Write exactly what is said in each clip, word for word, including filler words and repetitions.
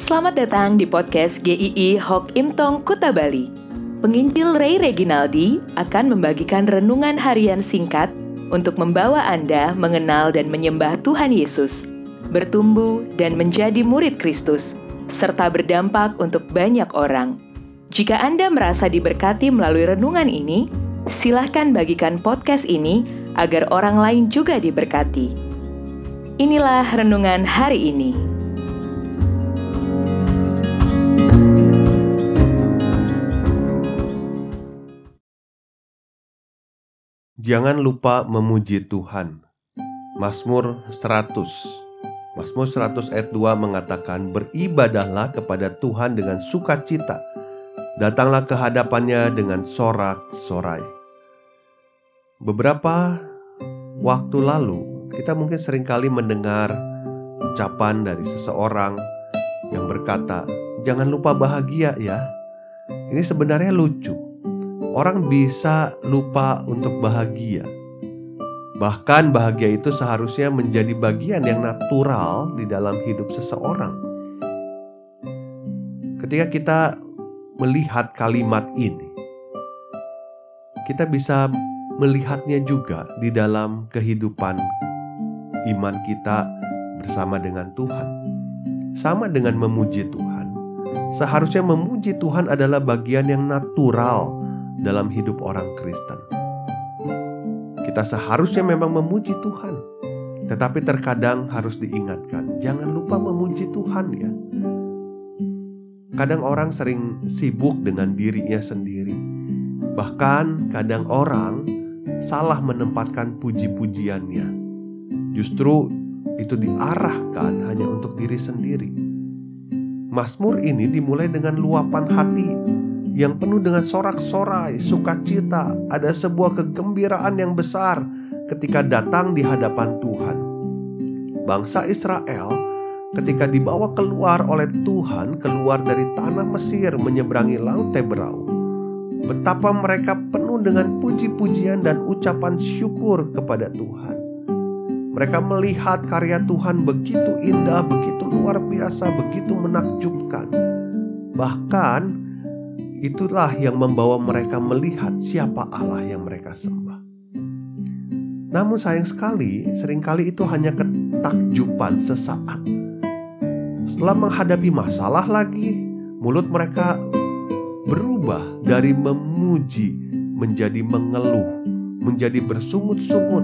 Selamat datang di podcast G I I Hok Im Tong Kuta Bali. Penginjil Ray Reginaldi akan membagikan renungan harian singkat untuk membawa Anda mengenal dan menyembah Tuhan Yesus, bertumbuh dan menjadi murid Kristus, serta berdampak untuk banyak orang. Jika Anda merasa diberkati melalui renungan ini, silahkan bagikan podcast ini agar orang lain juga diberkati. Inilah renungan hari ini. Jangan lupa memuji Tuhan. Mazmur seratus. Mazmur seratus ayat dua mengatakan, beribadahlah kepada Tuhan dengan sukacita. Datanglah ke hadapannya dengan sorak-sorai. Beberapa waktu lalu, kita mungkin seringkali mendengar ucapan dari seseorang yang berkata, jangan lupa bahagia ya. Ini sebenarnya lucu. Orang bisa lupa untuk bahagia. Bahkan bahagia itu seharusnya menjadi bagian yang natural di dalam hidup seseorang. Ketika kita melihat kalimat ini, kita bisa melihatnya juga di dalam kehidupan iman kita bersama dengan Tuhan. Sama dengan memuji Tuhan. Seharusnya memuji Tuhan adalah bagian yang natural dalam hidup orang Kristen. Kita seharusnya memang memuji Tuhan, tetapi terkadang harus diingatkan, jangan lupa memuji Tuhan ya. Kadang orang sering sibuk dengan dirinya sendiri. Bahkan kadang orang salah menempatkan puji-pujiannya. Justru itu diarahkan hanya untuk diri sendiri. Mazmur ini dimulai dengan luapan hati yang penuh dengan sorak-sorai, sukacita. Ada sebuah kegembiraan yang besar ketika datang di hadapan Tuhan. Bangsa Israel ketika dibawa keluar oleh Tuhan, keluar dari tanah Mesir menyeberangi Laut Teberau, betapa mereka penuh dengan puji-pujian dan ucapan syukur kepada Tuhan. Mereka melihat karya Tuhan begitu indah, begitu luar biasa, begitu menakjubkan. Bahkan itulah yang membawa mereka melihat siapa Allah yang mereka sembah. Namun sayang sekali, seringkali itu hanya ketakjuban sesaat. Setelah menghadapi masalah lagi, mulut mereka berubah dari memuji menjadi mengeluh, menjadi bersungut-sungut.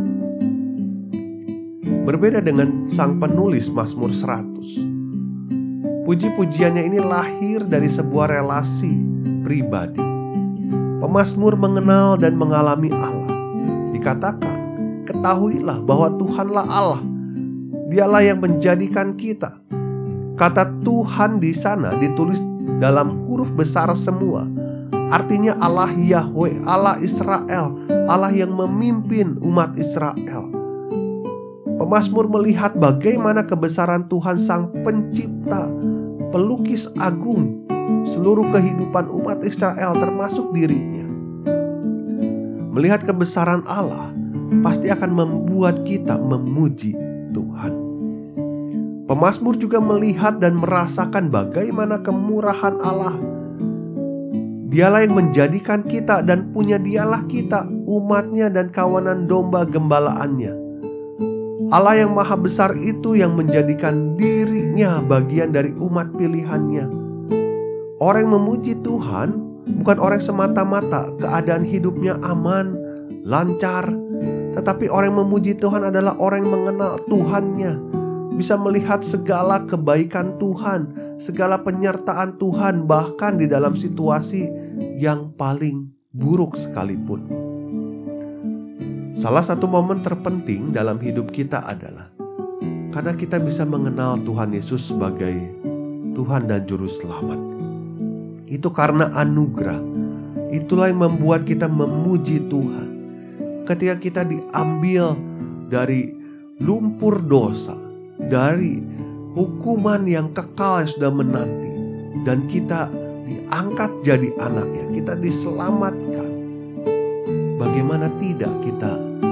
Berbeda dengan sang penulis Mazmur seratus. Puji-pujiannya ini lahir dari sebuah relasi pribadi. Pemazmur mengenal dan mengalami Allah. Dikatakan, ketahuilah bahwa Tuhanlah Allah. Dialah yang menjadikan kita. Kata Tuhan di sana ditulis dalam huruf besar semua. Artinya Allah Yahweh, Allah Israel, Allah yang memimpin umat Israel. Pemazmur melihat bagaimana kebesaran Tuhan sang pencipta, pelukis agung seluruh kehidupan umat Israel termasuk dirinya. Melihat kebesaran Allah pasti akan membuat kita memuji Tuhan. Pemazmur juga melihat dan merasakan bagaimana kemurahan Allah. Dialah yang menjadikan kita dan punya dialah kita, umatnya dan kawanan domba gembalaannya. Allah yang maha besar itu yang menjadikan dirinya bagian dari umat pilihannya. Orang yang memuji Tuhan bukan orang semata-mata keadaan hidupnya aman, lancar. Tetapi orang yang memuji Tuhan adalah orang yang mengenal Tuhannya, bisa melihat segala kebaikan Tuhan, segala penyertaan Tuhan, bahkan di dalam situasi yang paling buruk sekalipun. Salah satu momen terpenting dalam hidup kita adalah karena kita bisa mengenal Tuhan Yesus sebagai Tuhan dan Juru Selamat. Itu karena anugerah. Itulah yang membuat kita memuji Tuhan. Ketika kita diambil dari lumpur dosa, dari hukuman yang kekal yang sudah menanti, dan kita diangkat jadi anaknya, kita diselamatkan. Bagaimana tidak kita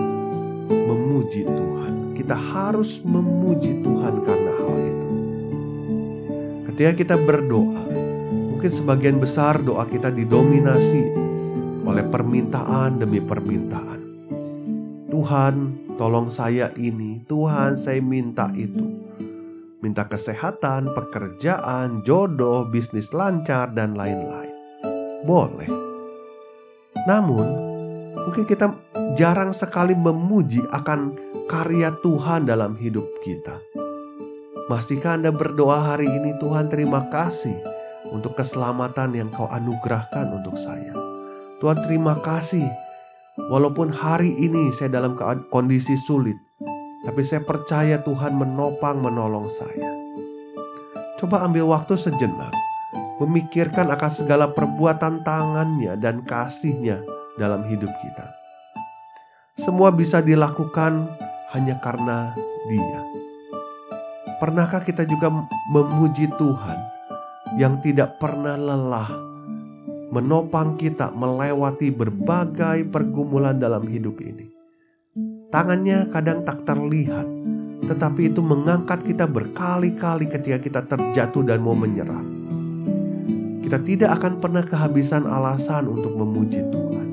memuji Tuhan? Kita harus memuji Tuhan karena hal itu. Ketika kita berdoa, mungkin sebagian besar doa kita didominasi oleh permintaan demi permintaan. Tuhan, tolong saya ini. Tuhan, saya minta itu. Minta kesehatan, pekerjaan, jodoh, bisnis lancar, dan lain-lain. Boleh. Namun, mungkin kita jarang sekali memuji akan karya Tuhan dalam hidup kita. Masihkah Anda berdoa hari ini, Tuhan terima kasih untuk keselamatan yang Kau anugerahkan untuk saya. Tuhan terima kasih, walaupun hari ini saya dalam kondisi sulit, tapi saya percaya Tuhan menopang menolong saya. Coba ambil waktu sejenak, memikirkan akan segala perbuatan tangannya dan kasihnya dalam hidup kita. Semua bisa dilakukan hanya karena Dia. Pernahkah kita juga memuji Tuhan yang tidak pernah lelah menopang kita melewati berbagai pergumulan dalam hidup ini? Tangannya kadang tak terlihat, tetapi itu mengangkat kita berkali-kali ketika kita terjatuh dan mau menyerah. Kita tidak akan pernah kehabisan alasan untuk memuji Tuhan.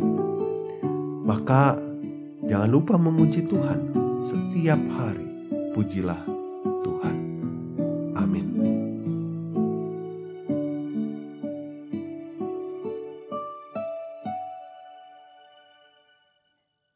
Maka jangan lupa memuji Tuhan setiap hari. Pujilah